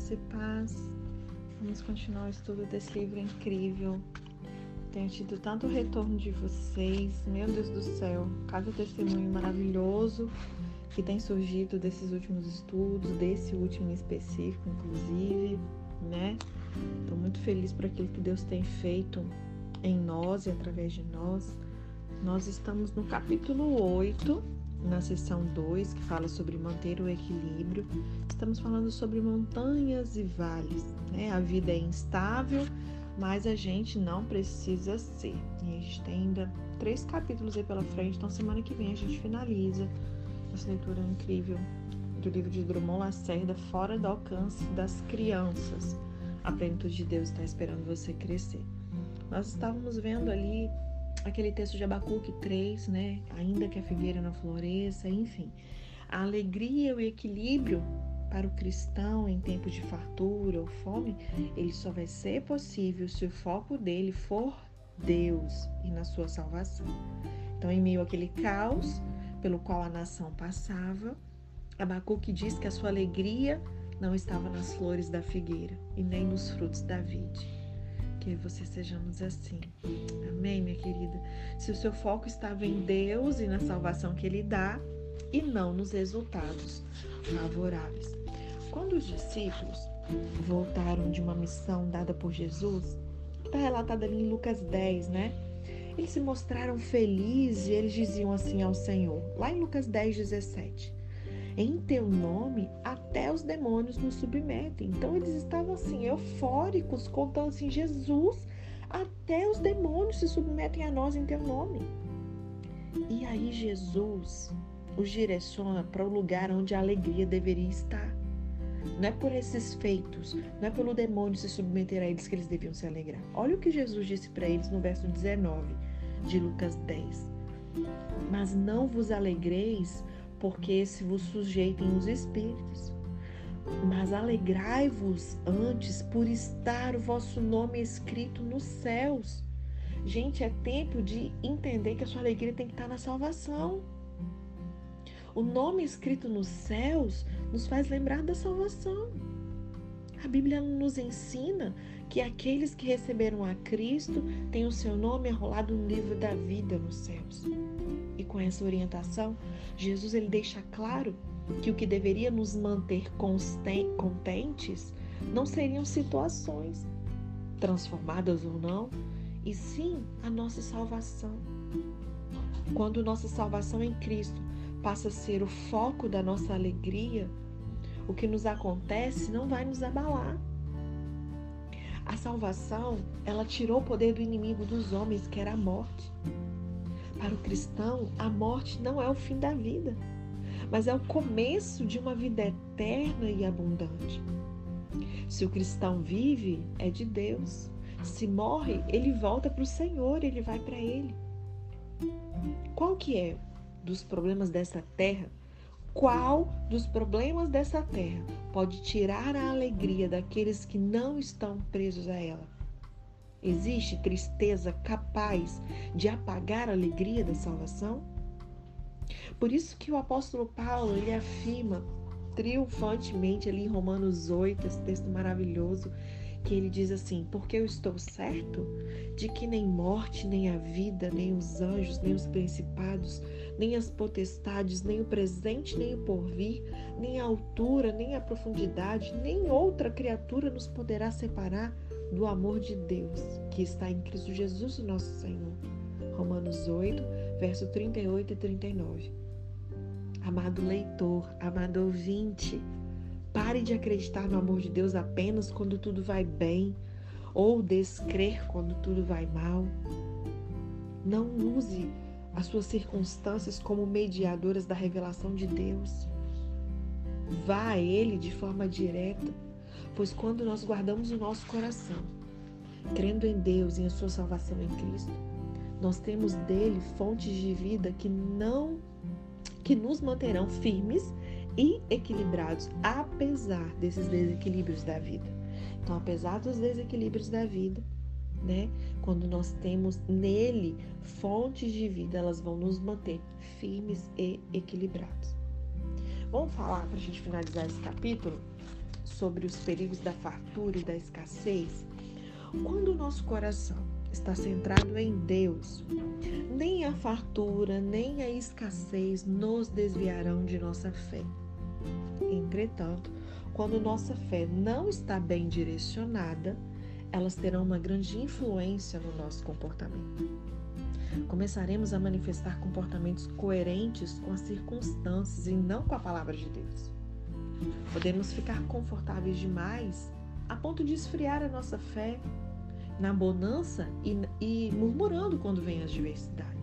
Graça e paz. Vamos continuar o estudo desse livro incrível. Tenho tido tanto retorno de vocês, meu Deus do céu, cada testemunho maravilhoso que tem surgido desses últimos estudos, desse último em específico, inclusive, né? Estou muito feliz por aquilo que Deus tem feito em nós e através de nós. Nós estamos no capítulo 8, na seção 2, que fala sobre manter o equilíbrio. Estamos falando sobre montanhas e vales, né? A vida é instável, mas a gente não precisa ser. E a gente tem ainda 3 capítulos aí pela frente, então semana que vem a gente finaliza essa leitura incrível do livro de Drummond Lacerda, Fora do Alcance das Crianças. A plenitude de Deus está esperando você crescer. Nós estávamos vendo ali aquele texto de Abacuque 3, né? Ainda que a figueira não floresça, enfim. A alegria e o equilíbrio para o cristão em tempo de fartura ou fome, ele só vai ser possível se o foco dele for Deus e na sua salvação. Então, em meio àquele caos pelo qual a nação passava, Abacuque diz que a sua alegria não estava nas flores da figueira e nem nos frutos da vide. Que você sejamos assim. Amém, minha querida? Se o seu foco estava em Deus e na salvação que Ele dá e não nos resultados favoráveis. Quando os discípulos voltaram de uma missão dada por Jesus, está relatada ali em Lucas 10, né? Eles se mostraram felizes e eles diziam assim ao Senhor, lá em Lucas 10, 17. Em teu nome, até os demônios nos submetem. Então, eles estavam assim, eufóricos, contando assim, Jesus, até os demônios se submetem a nós em teu nome. E aí, Jesus os direciona para o lugar onde a alegria deveria estar. Não é por esses feitos, não é pelo demônio se submeter a eles que eles deviam se alegrar. Olha o que Jesus disse para eles no verso 19 de Lucas 10. Mas não vos alegreis porque se vos sujeitem os espíritos, mas alegrai-vos antes por estar o vosso nome escrito nos céus. Gente, é tempo de entender que a sua alegria tem que estar na salvação. O nome escrito nos céus nos faz lembrar da salvação. A Bíblia nos ensina que aqueles que receberam a Cristo têm o seu nome arrolado no livro da vida nos céus. E com essa orientação, Jesus ele deixa claro que o que deveria nos manter contentes não seriam situações, transformadas ou não, e sim a nossa salvação. Quando nossa salvação em Cristo passa a ser o foco da nossa alegria, o que nos acontece não vai nos abalar. A salvação, ela tirou o poder do inimigo dos homens, que era a morte. Para o cristão, a morte não é o fim da vida, mas é o começo de uma vida eterna e abundante. Se o cristão vive, é de Deus. Se morre, ele volta para o Senhor, ele vai para Ele. Qual que é dos problemas dessa terra? Qual dos problemas dessa terra pode tirar a alegria daqueles que não estão presos a ela? Existe tristeza capaz de apagar a alegria da salvação? Por isso que o apóstolo Paulo, ele afirma triunfantemente ali em Romanos 8, esse texto maravilhoso, que ele diz assim: porque eu estou certo de que nem morte, nem a vida, nem os anjos, nem os principados, nem as potestades, nem o presente, nem o porvir, nem a altura, nem a profundidade, nem outra criatura nos poderá separar do amor de Deus, que está em Cristo Jesus, nosso Senhor. Romanos 8, verso 38 e 39. Amado leitor, amado ouvinte, pare de acreditar no amor de Deus apenas quando tudo vai bem, ou descrer quando tudo vai mal. Não use as suas circunstâncias como mediadoras da revelação de Deus. Vá a Ele de forma direta, pois quando nós guardamos o nosso coração, crendo em Deus e em sua salvação em Cristo, nós temos dele fontes de vida que nos manterão firmes e equilibrados, apesar desses desequilíbrios da vida. Então, apesar dos desequilíbrios da vida, né, quando nós temos nele fontes de vida, elas vão nos manter firmes e equilibrados. Vamos falar, para a gente finalizar esse capítulo, sobre os perigos da fartura e da escassez, quando o nosso coração está centrado em Deus, nem a fartura, nem a escassez nos desviarão de nossa fé. Entretanto, quando nossa fé não está bem direcionada, elas terão uma grande influência no nosso comportamento. Começaremos a manifestar comportamentos coerentes com as circunstâncias e não com a palavra de Deus. Podemos ficar confortáveis demais a ponto de esfriar a nossa fé na bonança e murmurando quando vêm as adversidades.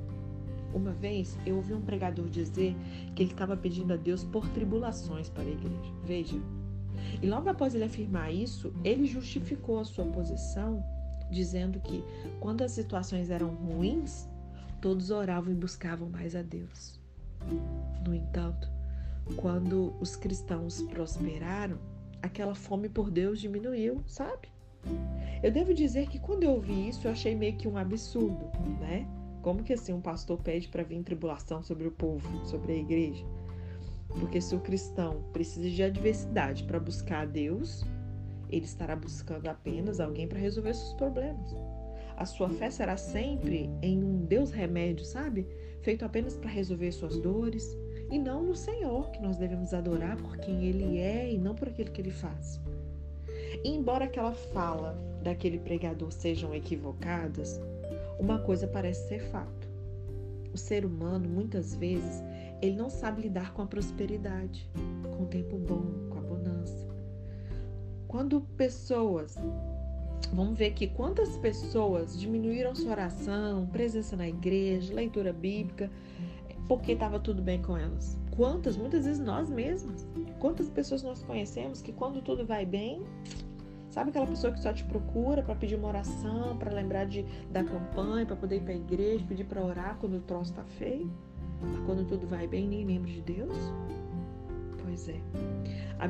Uma vez eu ouvi um pregador dizer que ele estava pedindo a Deus por tribulações para a igreja. Veja, e logo após ele afirmar isso, ele justificou a sua posição dizendo que quando as situações eram ruins, todos oravam e buscavam mais a Deus. No entanto, quando os cristãos prosperaram, aquela fome por Deus diminuiu, sabe? Eu devo dizer que quando eu ouvi isso, eu achei meio que um absurdo, né? Como que assim um pastor pede para vir tribulação sobre o povo, sobre a igreja? Porque se o cristão precisa de adversidade para buscar a Deus, ele estará buscando apenas alguém para resolver seus problemas. A sua fé será sempre em um Deus remédio, sabe? Feito apenas para resolver suas dores, e não no Senhor, que nós devemos adorar por quem Ele é e não por aquilo que Ele faz. E embora aquela fala daquele pregador sejam equivocadas, uma coisa parece ser fato. O ser humano, muitas vezes, ele não sabe lidar com a prosperidade, com o tempo bom, com a bonança. Quando pessoas... Vamos ver aqui quantas pessoas diminuíram sua oração, presença na igreja, leitura bíblica, porque estava tudo bem com elas. Quantas? Muitas vezes nós mesmos. Quantas pessoas nós conhecemos que quando tudo vai bem, sabe aquela pessoa que só te procura para pedir uma oração, para lembrar da campanha, para poder ir para a igreja, pedir para orar quando o troço está feio? Mas quando tudo vai bem, nem lembra de Deus? Pois é. A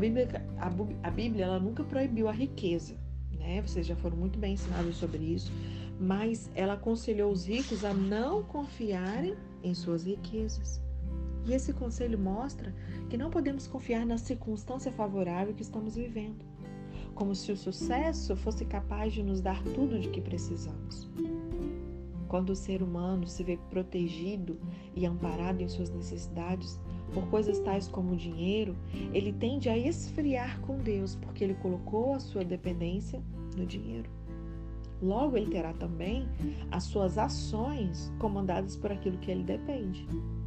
Bíblia ela nunca proibiu a riqueza, né? Vocês já foram muito bem ensinados sobre isso, mas ela aconselhou os ricos a não confiarem em suas riquezas. E esse conselho mostra que não podemos confiar na circunstância favorável que estamos vivendo, como se o sucesso fosse capaz de nos dar tudo de que precisamos. Quando o ser humano se vê protegido e amparado em suas necessidades por coisas tais como o dinheiro, ele tende a esfriar com Deus, porque ele colocou a sua dependência no dinheiro. Logo, ele terá também as suas ações comandadas por aquilo que ele depende.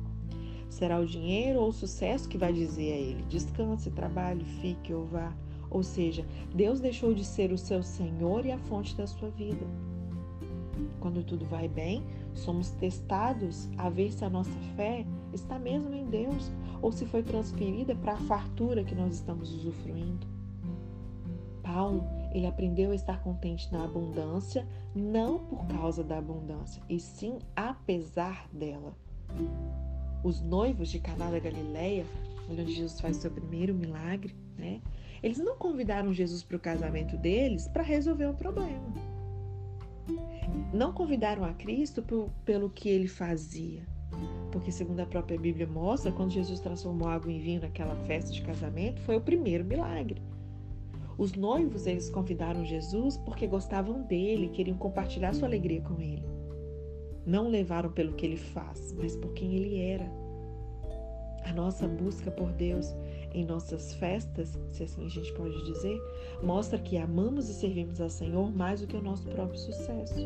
Será o dinheiro ou o sucesso que vai dizer a ele: descanse, trabalhe, fique ou vá. Ou seja, Deus deixou de ser o seu Senhor e a fonte da sua vida. Quando tudo vai bem, somos testados a ver se a nossa fé está mesmo em Deus ou se foi transferida para a fartura que nós estamos usufruindo. Paulo, ele aprendeu a estar contente na abundância, não por causa da abundância, e sim apesar dela. Os noivos de Caná da Galileia, onde Jesus faz o seu primeiro milagre, né? Eles não convidaram Jesus para o casamento deles para resolver o problema. Não convidaram a Cristo pelo que ele fazia. Porque, segundo a própria Bíblia mostra, quando Jesus transformou água em vinho naquela festa de casamento, foi o primeiro milagre. Os noivos, eles convidaram Jesus porque gostavam dele, queriam compartilhar sua alegria com ele. Não levaram pelo que ele faz, mas por quem ele era. A nossa busca por Deus em nossas festas, se assim a gente pode dizer, mostra que amamos e servimos ao Senhor mais do que o nosso próprio sucesso.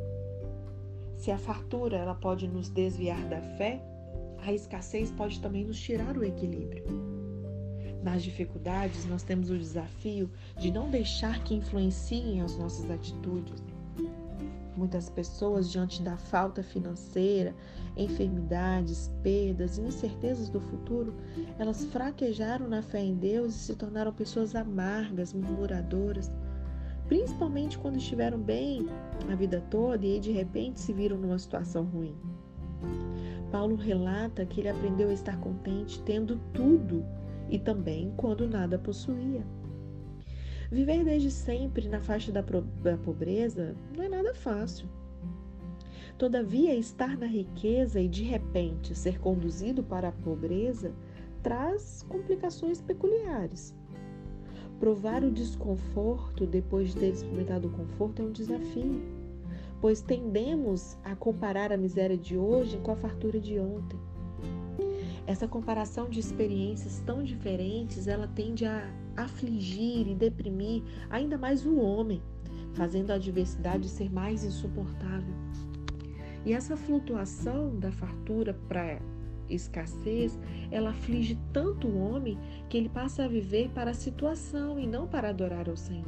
Se a fartura ela pode nos desviar da fé, a escassez pode também nos tirar o equilíbrio. Nas dificuldades, nós temos o desafio de não deixar que influenciem as nossas atitudes. Muitas pessoas, diante da falta financeira, enfermidades, perdas e incertezas do futuro, elas fraquejaram na fé em Deus e se tornaram pessoas amargas, murmuradoras, principalmente quando estiveram bem a vida toda e aí de repente se viram numa situação ruim. Paulo relata que ele aprendeu a estar contente tendo tudo e também quando nada possuía. Viver desde sempre na faixa da pobreza não é nada fácil. Todavia, estar na riqueza e de repente ser conduzido para a pobreza traz complicações peculiares. Aprovar o desconforto depois de ter experimentado o conforto é um desafio, pois tendemos a comparar a miséria de hoje com a fartura de ontem. Essa comparação de experiências tão diferentes, ela tende a afligir e deprimir ainda mais o homem, fazendo a adversidade ser mais insuportável. E essa flutuação da fartura para escassez, ela aflige tanto o homem que ele passa a viver para a situação e não para adorar ao Senhor.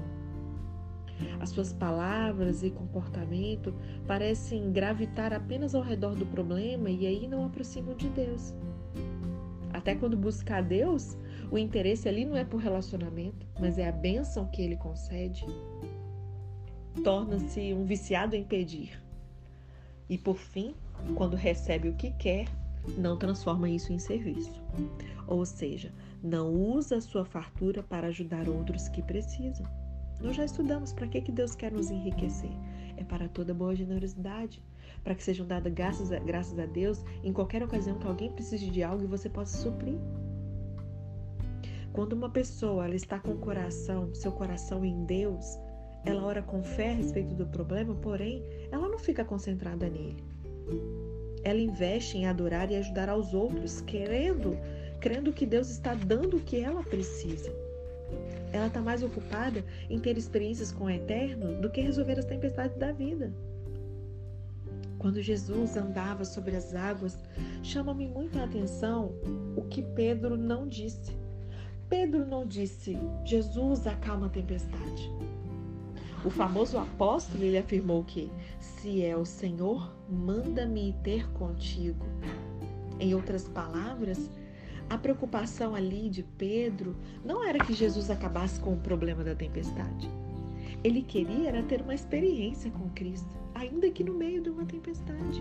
As suas palavras e comportamento parecem gravitar apenas ao redor do problema e aí não aproximam de Deus. Até quando busca a Deus, o interesse ali não é por relacionamento, mas é a bênção que Ele concede. Torna-se um viciado em pedir. E por fim, quando recebe o que quer, não transforma isso em serviço. Ou seja, não usa a sua fartura para ajudar outros que precisam. Nós já estudamos para que Deus quer nos enriquecer. É para toda boa generosidade, para que sejam dadas graças a Deus em qualquer ocasião que alguém precise de algo e você possa suprir. Quando uma pessoa ela está com seu coração em Deus, ela ora com fé a respeito do problema, porém, ela não fica concentrada nele. Ela investe em adorar e ajudar aos outros, crendo que Deus está dando o que ela precisa. Ela está mais ocupada em ter experiências com o Eterno do que resolver as tempestades da vida. Quando Jesus andava sobre as águas, chama-me muito a atenção o que Pedro não disse. Pedro não disse, Jesus acalma a tempestade. O famoso apóstolo, ele afirmou que, se é o Senhor, manda-me ter contigo. Em outras palavras, a preocupação ali de Pedro não era que Jesus acabasse com o problema da tempestade. Ele queria era ter uma experiência com Cristo, ainda que no meio de uma tempestade.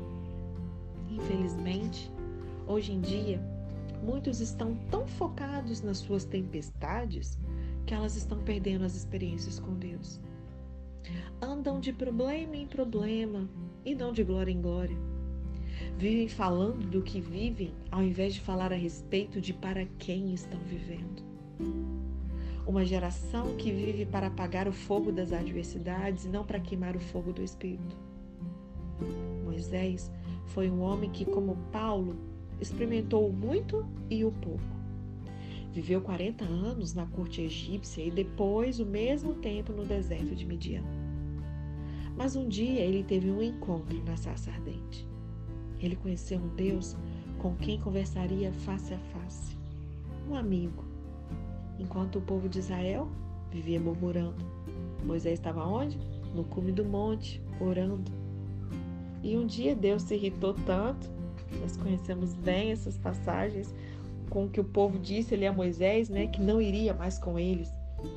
Infelizmente, hoje em dia, muitos estão tão focados nas suas tempestades que elas estão perdendo as experiências com Deus. Andam de problema em problema e não de glória em glória. Vivem falando do que vivem ao invés de falar a respeito de para quem estão vivendo. Uma geração que vive para apagar o fogo das adversidades e não para queimar o fogo do Espírito. Moisés foi um homem que, como Paulo, experimentou o muito e o pouco. Viveu 40 anos na corte egípcia e depois o mesmo tempo no deserto de Midian. Mas um dia ele teve um encontro na sarça ardente. Ele conheceu um Deus com quem conversaria face a face. Um amigo. Enquanto o povo de Israel vivia murmurando. Moisés estava onde? No cume do monte, orando. E um dia Deus se irritou tanto, nós conhecemos bem essas passagens, com o que o povo disse ali a Moisés, que não iria mais com eles.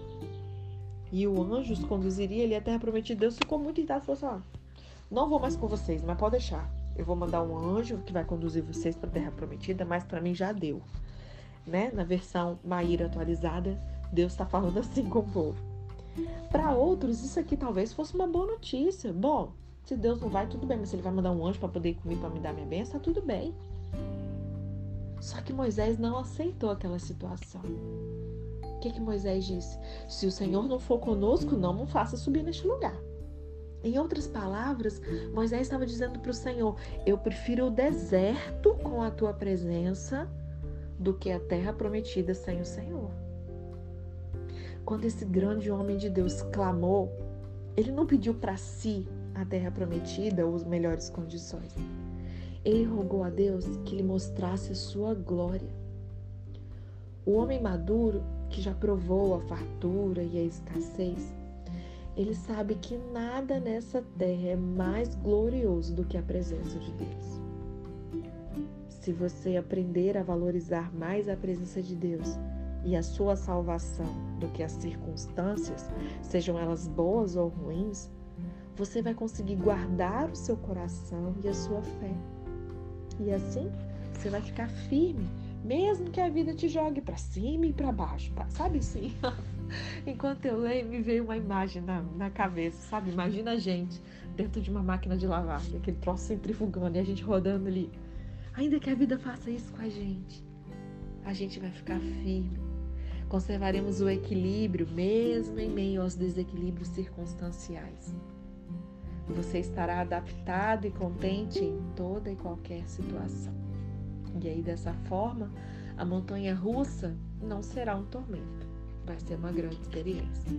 E o anjo os conduziria ali à terra prometida. Deus ficou muito irritado e falou assim, não vou mais com vocês, mas pode deixar. Eu vou mandar um anjo que vai conduzir vocês para a terra prometida, mas para mim já deu. Na versão Maíra atualizada, Deus está falando assim com o povo. Para outros, isso aqui talvez fosse uma boa notícia. Bom, se Deus não vai, tudo bem, mas se Ele vai mandar um anjo para poder ir comigo, para me dar minha bênção, tá tudo bem. Só que Moisés não aceitou aquela situação. O que Moisés disse? Se o Senhor não for conosco, não me faça subir neste lugar. Em outras palavras, Moisés estava dizendo para o Senhor, eu prefiro o deserto com a tua presença do que a terra prometida sem o Senhor. Quando esse grande homem de Deus clamou, ele não pediu para si a terra prometida ou as melhores condições. Ele rogou a Deus que lhe mostrasse a sua glória. O homem maduro, que já provou a fartura e a escassez, ele sabe que nada nessa terra é mais glorioso do que a presença de Deus. Se você aprender a valorizar mais a presença de Deus e a sua salvação do que as circunstâncias, sejam elas boas ou ruins, você vai conseguir guardar o seu coração e a sua fé. E assim, você vai ficar firme, mesmo que a vida te jogue para cima e para baixo, sabe assim? Enquanto eu leio, me veio uma imagem na cabeça, sabe? Imagina a gente dentro de uma máquina de lavar, aquele troço centrifugando e a gente rodando ali. Ainda que a vida faça isso com a gente vai ficar firme. Conservaremos o equilíbrio mesmo em meio aos desequilíbrios circunstanciais. Você estará adaptado e contente em toda e qualquer situação. E aí, dessa forma, a montanha-russa não será um tormento, vai ser uma grande experiência.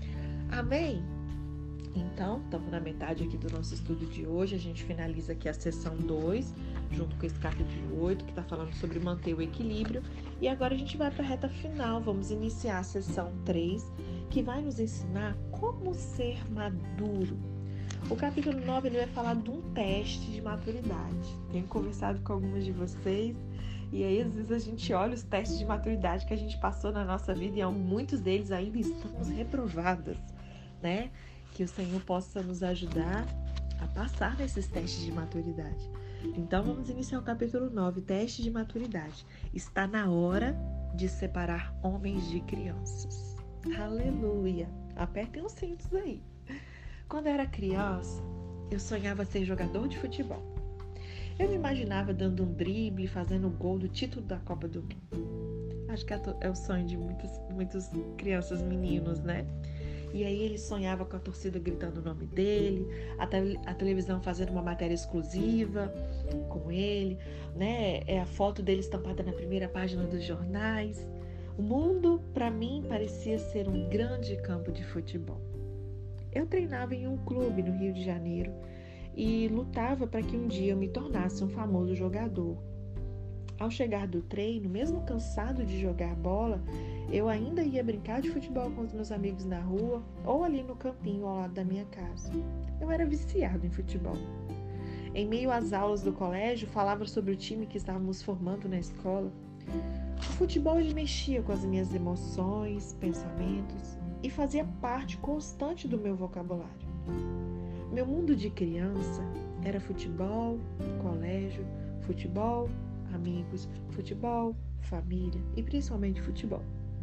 Amém? Então, estamos na metade aqui do nosso estudo de hoje. A gente finaliza aqui a sessão 2, junto com esse capítulo 8, que está falando sobre manter o equilíbrio. E agora a gente vai para a reta final. Vamos iniciar a sessão 3, que vai nos ensinar como ser maduro. O capítulo 9 ele vai falar de um teste de maturidade. Tenho conversado com algumas de vocês. E aí, às vezes, a gente olha os testes de maturidade que a gente passou na nossa vida e muitos deles ainda estamos reprovadas, né? Que o Senhor possa nos ajudar a passar nesses testes de maturidade. Então, vamos iniciar o capítulo 9, teste de maturidade. Está na hora de separar homens de crianças. Aleluia! Apertem os cintos aí. Quando eu era criança, eu sonhava ser jogador de futebol. Eu me imaginava dando um drible, fazendo o gol do título da Copa do Mundo. Acho que é o sonho de muitas crianças, meninos, né? E aí ele sonhava com a torcida gritando o nome dele, a televisão fazendo uma matéria exclusiva com ele, né? É a foto dele estampada na primeira página dos jornais. O mundo, para mim, parecia ser um grande campo de futebol. Eu treinava em um clube no Rio de Janeiro e lutava para que um dia eu me tornasse um famoso jogador. Ao chegar do treino, mesmo cansado de jogar bola, eu ainda ia brincar de futebol com os meus amigos na rua ou ali no campinho ao lado da minha casa. Eu era viciado em futebol. Em meio às aulas do colégio, falava sobre o time que estávamos formando na escola. O futebol ele mexia com as minhas emoções, pensamentos e fazia parte constante do meu vocabulário. Meu mundo de criança era futebol, colégio, futebol, amigos, futebol, família e principalmente futebol.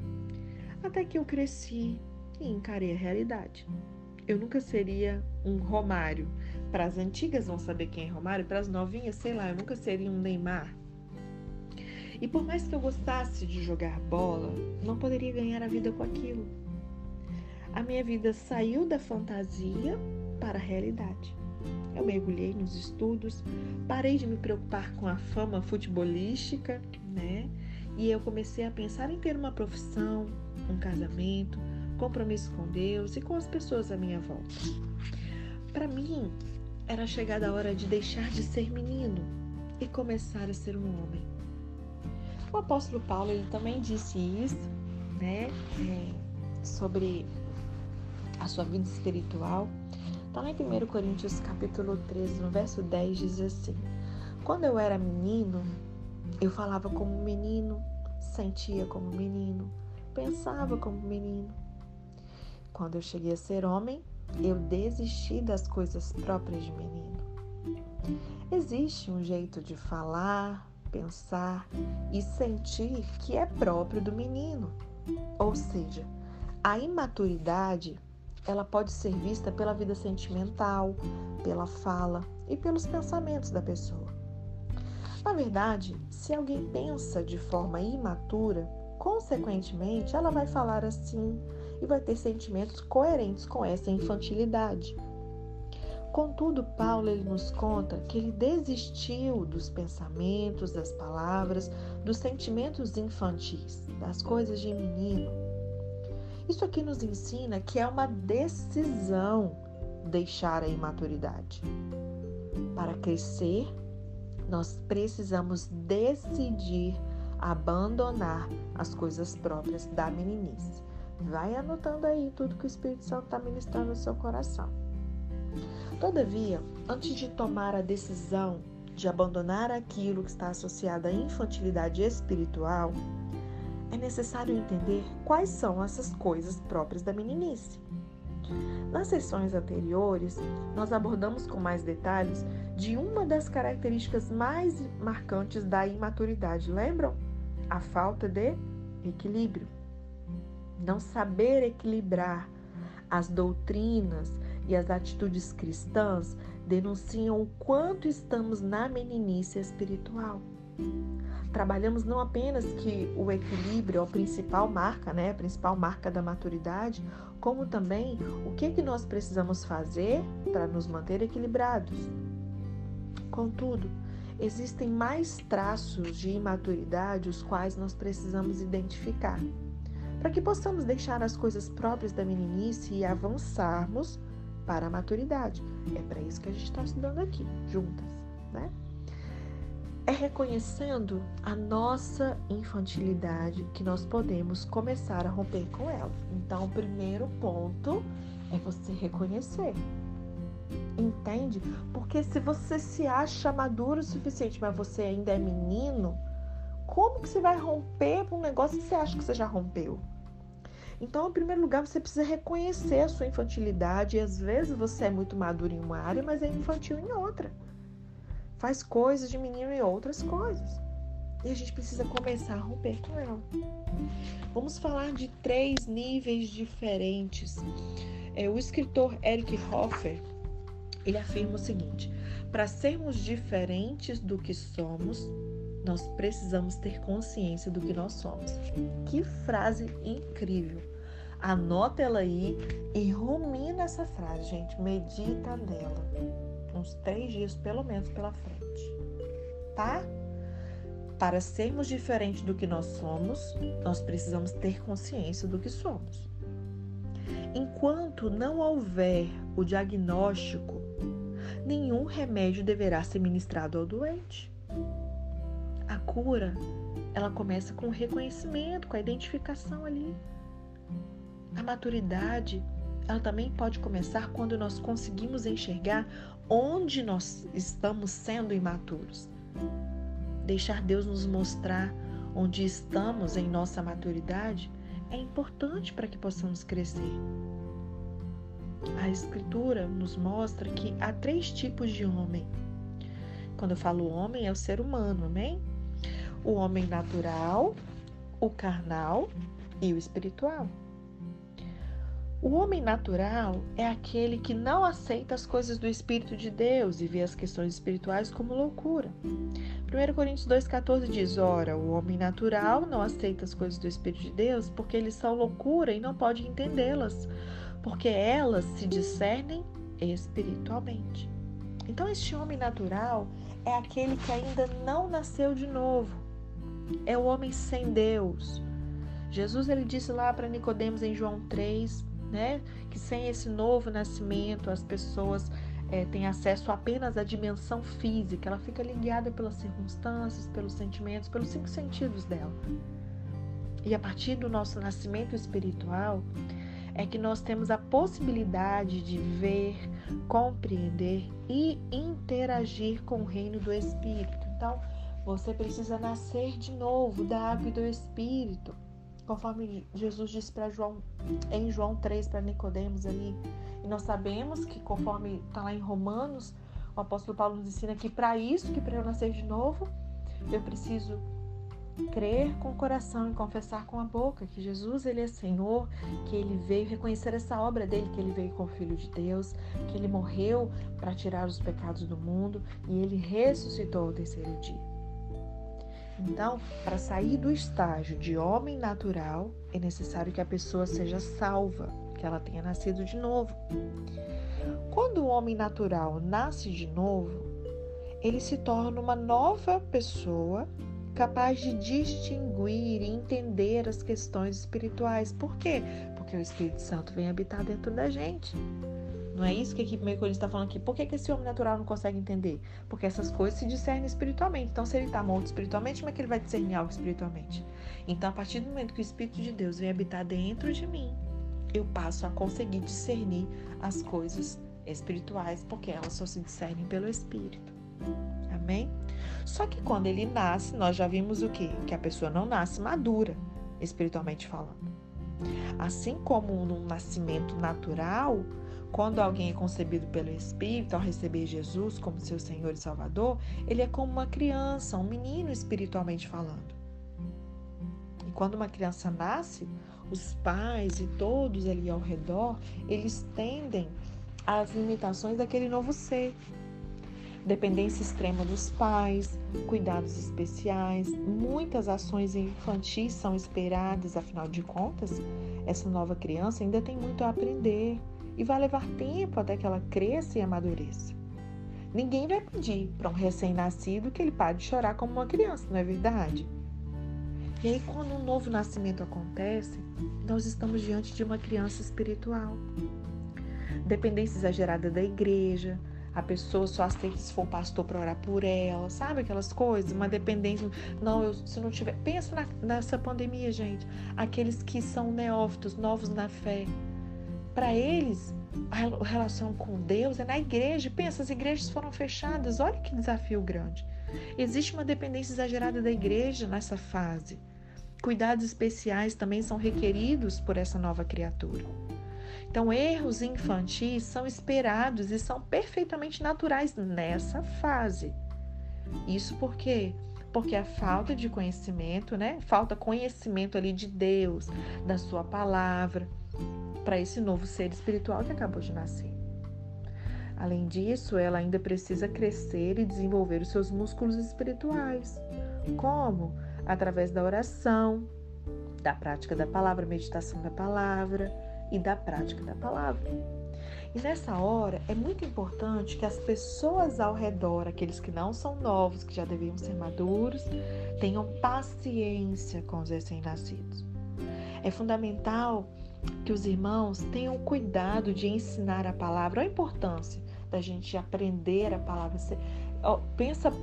Até que eu cresci e encarei a realidade. Eu nunca seria um Romário. Para as antigas vão saber quem é Romário, para as novinhas, sei lá, eu nunca seria um Neymar. E por mais que eu gostasse de jogar bola, não poderia ganhar a vida com aquilo. A minha vida saiu da fantasia para a realidade. Eu mergulhei nos estudos, parei de me preocupar com a fama futebolística, né? E eu comecei a pensar em ter uma profissão, um casamento, compromisso com Deus e com as pessoas à minha volta. Para mim, era chegada a hora de deixar de ser menino e começar a ser um homem. O apóstolo Paulo ele também disse isso, né? Sobre a sua vida espiritual. Está lá em 1 Coríntios capítulo 13, no verso 10, diz assim: quando eu era menino, eu falava como menino, sentia como menino, pensava como menino. Quando eu cheguei a ser homem, eu desisti das coisas próprias de menino. Existe um jeito de falar, pensar e sentir que é próprio do menino. Ou seja, a imaturidade ela pode ser vista pela vida sentimental, pela fala e pelos pensamentos da pessoa. Na verdade, se alguém pensa de forma imatura, consequentemente, ela vai falar assim e vai ter sentimentos coerentes com essa infantilidade. Contudo, Paulo ele nos conta que ele desistiu dos pensamentos, das palavras, dos sentimentos infantis, das coisas de menino. Isso aqui nos ensina que é uma decisão deixar a imaturidade. Para crescer, nós precisamos decidir abandonar as coisas próprias da meninice. Vai anotando aí tudo que o Espírito Santo está ministrando no seu coração. Todavia, antes de tomar a decisão de abandonar aquilo que está associado à infantilidade espiritual, é necessário entender quais são essas coisas próprias da meninice. Nas sessões anteriores, nós abordamos com mais detalhes de uma das características mais marcantes da imaturidade, lembram? A falta de equilíbrio. Não saber equilibrar as doutrinas e as atitudes cristãs denunciam o quanto estamos na meninice espiritual. Trabalhamos não apenas que o equilíbrio é a principal marca, né? A principal marca da maturidade, como também o que nós precisamos fazer para nos manter equilibrados. Contudo, existem mais traços de imaturidade os quais nós precisamos identificar, para que possamos deixar as coisas próprias da meninice e avançarmos para a maturidade. É para isso que a gente está estudando aqui, juntas, né? É reconhecendo a nossa infantilidade que nós podemos começar a romper com ela. Então, o primeiro ponto é você reconhecer. Entende? Porque se você se acha maduro o suficiente, mas você ainda é menino, como que você vai romper para um negócio que você acha que você já rompeu? Então, em primeiro lugar, você precisa reconhecer a sua infantilidade. E às vezes você é muito maduro em uma área, mas é infantil em outra. Faz coisas de menino em outras coisas. E a gente precisa começar a romper com ela. Vamos falar de 3 níveis diferentes. O escritor Eric Hoffer, ele afirma o seguinte: para sermos diferentes do que somos, nós precisamos ter consciência do que nós somos. Que frase incrível! Anota ela aí e rumina essa frase, gente. Medita nela. Uns 3 dias, pelo menos, pela frente. Tá? Para sermos diferentes do que nós somos, nós precisamos ter consciência do que somos. Enquanto não houver o diagnóstico, nenhum remédio deverá ser ministrado ao doente. A cura, ela começa com o reconhecimento, com a identificação ali. A maturidade, ela também pode começar quando nós conseguimos enxergar onde nós estamos sendo imaturos. Deixar Deus nos mostrar onde estamos em nossa maturidade é importante para que possamos crescer. A Escritura nos mostra que há 3 tipos de homem. Quando eu falo homem, é o ser humano, amém? O homem natural, o carnal e o espiritual. O homem natural é aquele que não aceita as coisas do Espírito de Deus e vê as questões espirituais como loucura. 1 Coríntios 2,14 diz: ora, o homem natural não aceita as coisas do Espírito de Deus porque eles são loucura e não pode entendê-las, porque elas se discernem espiritualmente. Então, este homem natural é aquele que ainda não nasceu de novo. É o homem sem Deus. Jesus, ele disse lá para Nicodemos em João 3, né, que sem esse novo nascimento as pessoas têm acesso apenas à dimensão física. Ela fica ligada pelas circunstâncias, pelos sentimentos, pelos 5 sentidos dela. E a partir do nosso nascimento espiritual é que nós temos a possibilidade de ver, compreender e interagir com o reino do Espírito. Então, você precisa nascer de novo da água e do Espírito, conforme Jesus disse em João 3 para Nicodemos ali. E nós sabemos que, conforme está lá em Romanos, o apóstolo Paulo nos ensina que para eu nascer de novo, eu preciso crer com o coração e confessar com a boca que Jesus, ele é Senhor, que ele veio reconhecer essa obra dele, que ele veio como Filho de Deus, que ele morreu para tirar os pecados do mundo e ele ressuscitou ao 3º dia. Então, para sair do estágio de homem natural, é necessário que a pessoa seja salva, que ela tenha nascido de novo. Quando o homem natural nasce de novo, ele se torna uma nova pessoa capaz de distinguir e entender as questões espirituais. Por quê? Porque o Espírito Santo vem habitar dentro da gente. Não é isso que aqui 1 Coríntios está falando aqui. Por que esse homem natural não consegue entender? Porque essas coisas se discernem espiritualmente. Então, se ele está morto espiritualmente, como é que ele vai discernir algo espiritualmente? Então, a partir do momento que o Espírito de Deus vem habitar dentro de mim, eu passo a conseguir discernir as coisas espirituais, porque elas só se discernem pelo Espírito. Amém? Só que quando ele nasce, nós já vimos o quê? Que a pessoa não nasce madura, espiritualmente falando. Assim como num nascimento natural, quando alguém é concebido pelo Espírito, ao receber Jesus como seu Senhor e Salvador, ele é como uma criança, um menino espiritualmente falando. E quando uma criança nasce, os pais e todos ali ao redor, eles tendem às limitações daquele novo ser. dependência extrema dos pais, cuidados especiais, muitas ações infantis são esperadas, afinal de contas, essa nova criança ainda tem muito a aprender e vai levar tempo até que ela cresça e amadureça. Ninguém vai pedir para um recém-nascido que ele pare de chorar como uma criança, não é verdade? E aí, quando um novo nascimento acontece, nós estamos diante de uma criança espiritual. Dependência exagerada da igreja, a pessoa só aceita se for pastor para orar por ela, sabe aquelas coisas? Uma dependência, se não tiver... Pensa nessa pandemia, gente. Aqueles que são neófitos, novos na fé. Para eles, a relação com Deus é na igreja. Pensa, as igrejas foram fechadas. Olha que desafio grande. Existe uma dependência exagerada da igreja nessa fase. Cuidados especiais também são requeridos por essa nova criatura. Então, erros infantis são esperados e são perfeitamente naturais nessa fase. Isso por quê? Porque a falta de conhecimento, Falta conhecimento ali de Deus, da sua palavra, para esse novo ser espiritual que acabou de nascer. Além disso, ela ainda precisa crescer e desenvolver os seus músculos espirituais. Como? Através da oração, da prática da palavra, meditação da palavra e da prática da palavra. E nessa hora, é muito importante que as pessoas ao redor, aqueles que não são novos, que já deviam ser maduros, tenham paciência com os recém-nascidos. É fundamental que os irmãos tenham cuidado de ensinar a palavra. Olha a importância da gente aprender a palavra. Pensa,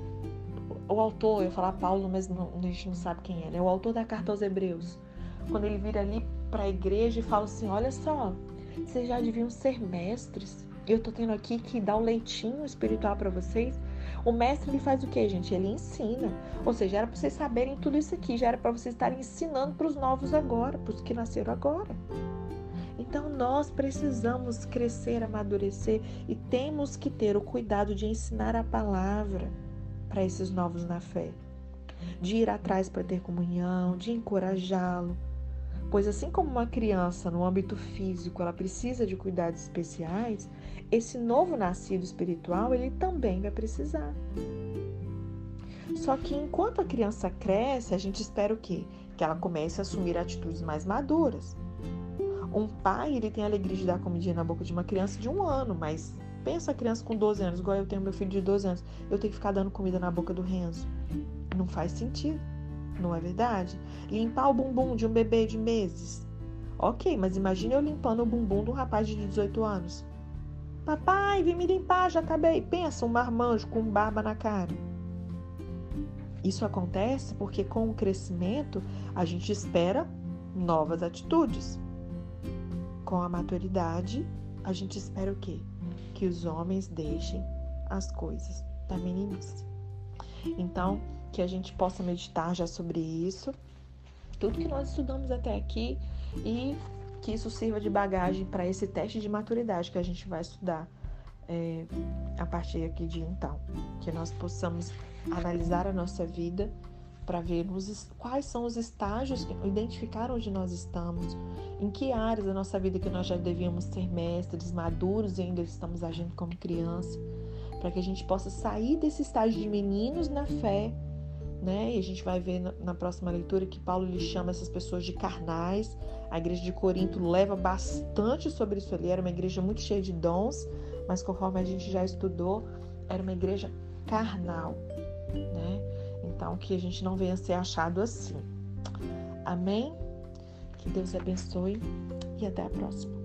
o autor, eu ia falar Paulo, mas a gente não sabe quem é, o autor da carta aos Hebreus, quando ele vira ali para a igreja e fala assim, olha só, vocês já deviam ser mestres, eu estou tendo aqui que dar o leitinho espiritual para vocês. O mestre, ele faz o quê, gente? Ele ensina, ou seja, era para vocês saberem tudo isso aqui, já era para vocês estarem ensinando para os novos agora, para os que nasceram agora. Então, nós precisamos crescer, amadurecer e temos que ter o cuidado de ensinar a palavra para esses novos na fé, de ir atrás para ter comunhão, de encorajá-lo, pois assim como uma criança no âmbito físico, ela precisa de cuidados especiais, esse novo nascido espiritual, ele também vai precisar. Só que enquanto a criança cresce, a gente espera o quê? Que ela comece a assumir atitudes mais maduras. Um pai, ele tem a alegria de dar comidinha na boca de uma criança de 1 ano, mas pensa a criança com 12 anos, igual eu tenho meu filho de 12 anos, eu tenho que ficar dando comida na boca do Renzo. Não faz sentido, não é verdade? Limpar o bumbum de um bebê de meses. Ok, mas imagine eu limpando o bumbum de um rapaz de 18 anos. Papai, vem me limpar, já tá bem. Pensa, um marmanjo com barba na cara. Isso acontece porque com o crescimento a gente espera novas atitudes. Com a maturidade, a gente espera o quê? Que os homens deixem as coisas da meninice. Então, que a gente possa meditar já sobre isso, tudo que nós estudamos até aqui, e que isso sirva de bagagem para esse teste de maturidade que a gente vai estudar a partir aqui de então. Que nós possamos analisar a nossa vida para ver quais são os estágios, identificar onde nós estamos, em que áreas da nossa vida que nós já devíamos ser mestres, maduros e ainda estamos agindo como criança, para que a gente possa sair desse estágio de meninos na fé, E a gente vai ver na próxima leitura que Paulo lhe chama essas pessoas de carnais. A igreja de Corinto leva bastante sobre isso ali, era uma igreja muito cheia de dons, mas conforme a gente já estudou, era uma igreja carnal, Então, que a gente não venha ser achado assim. Amém? Que Deus abençoe e até a próxima.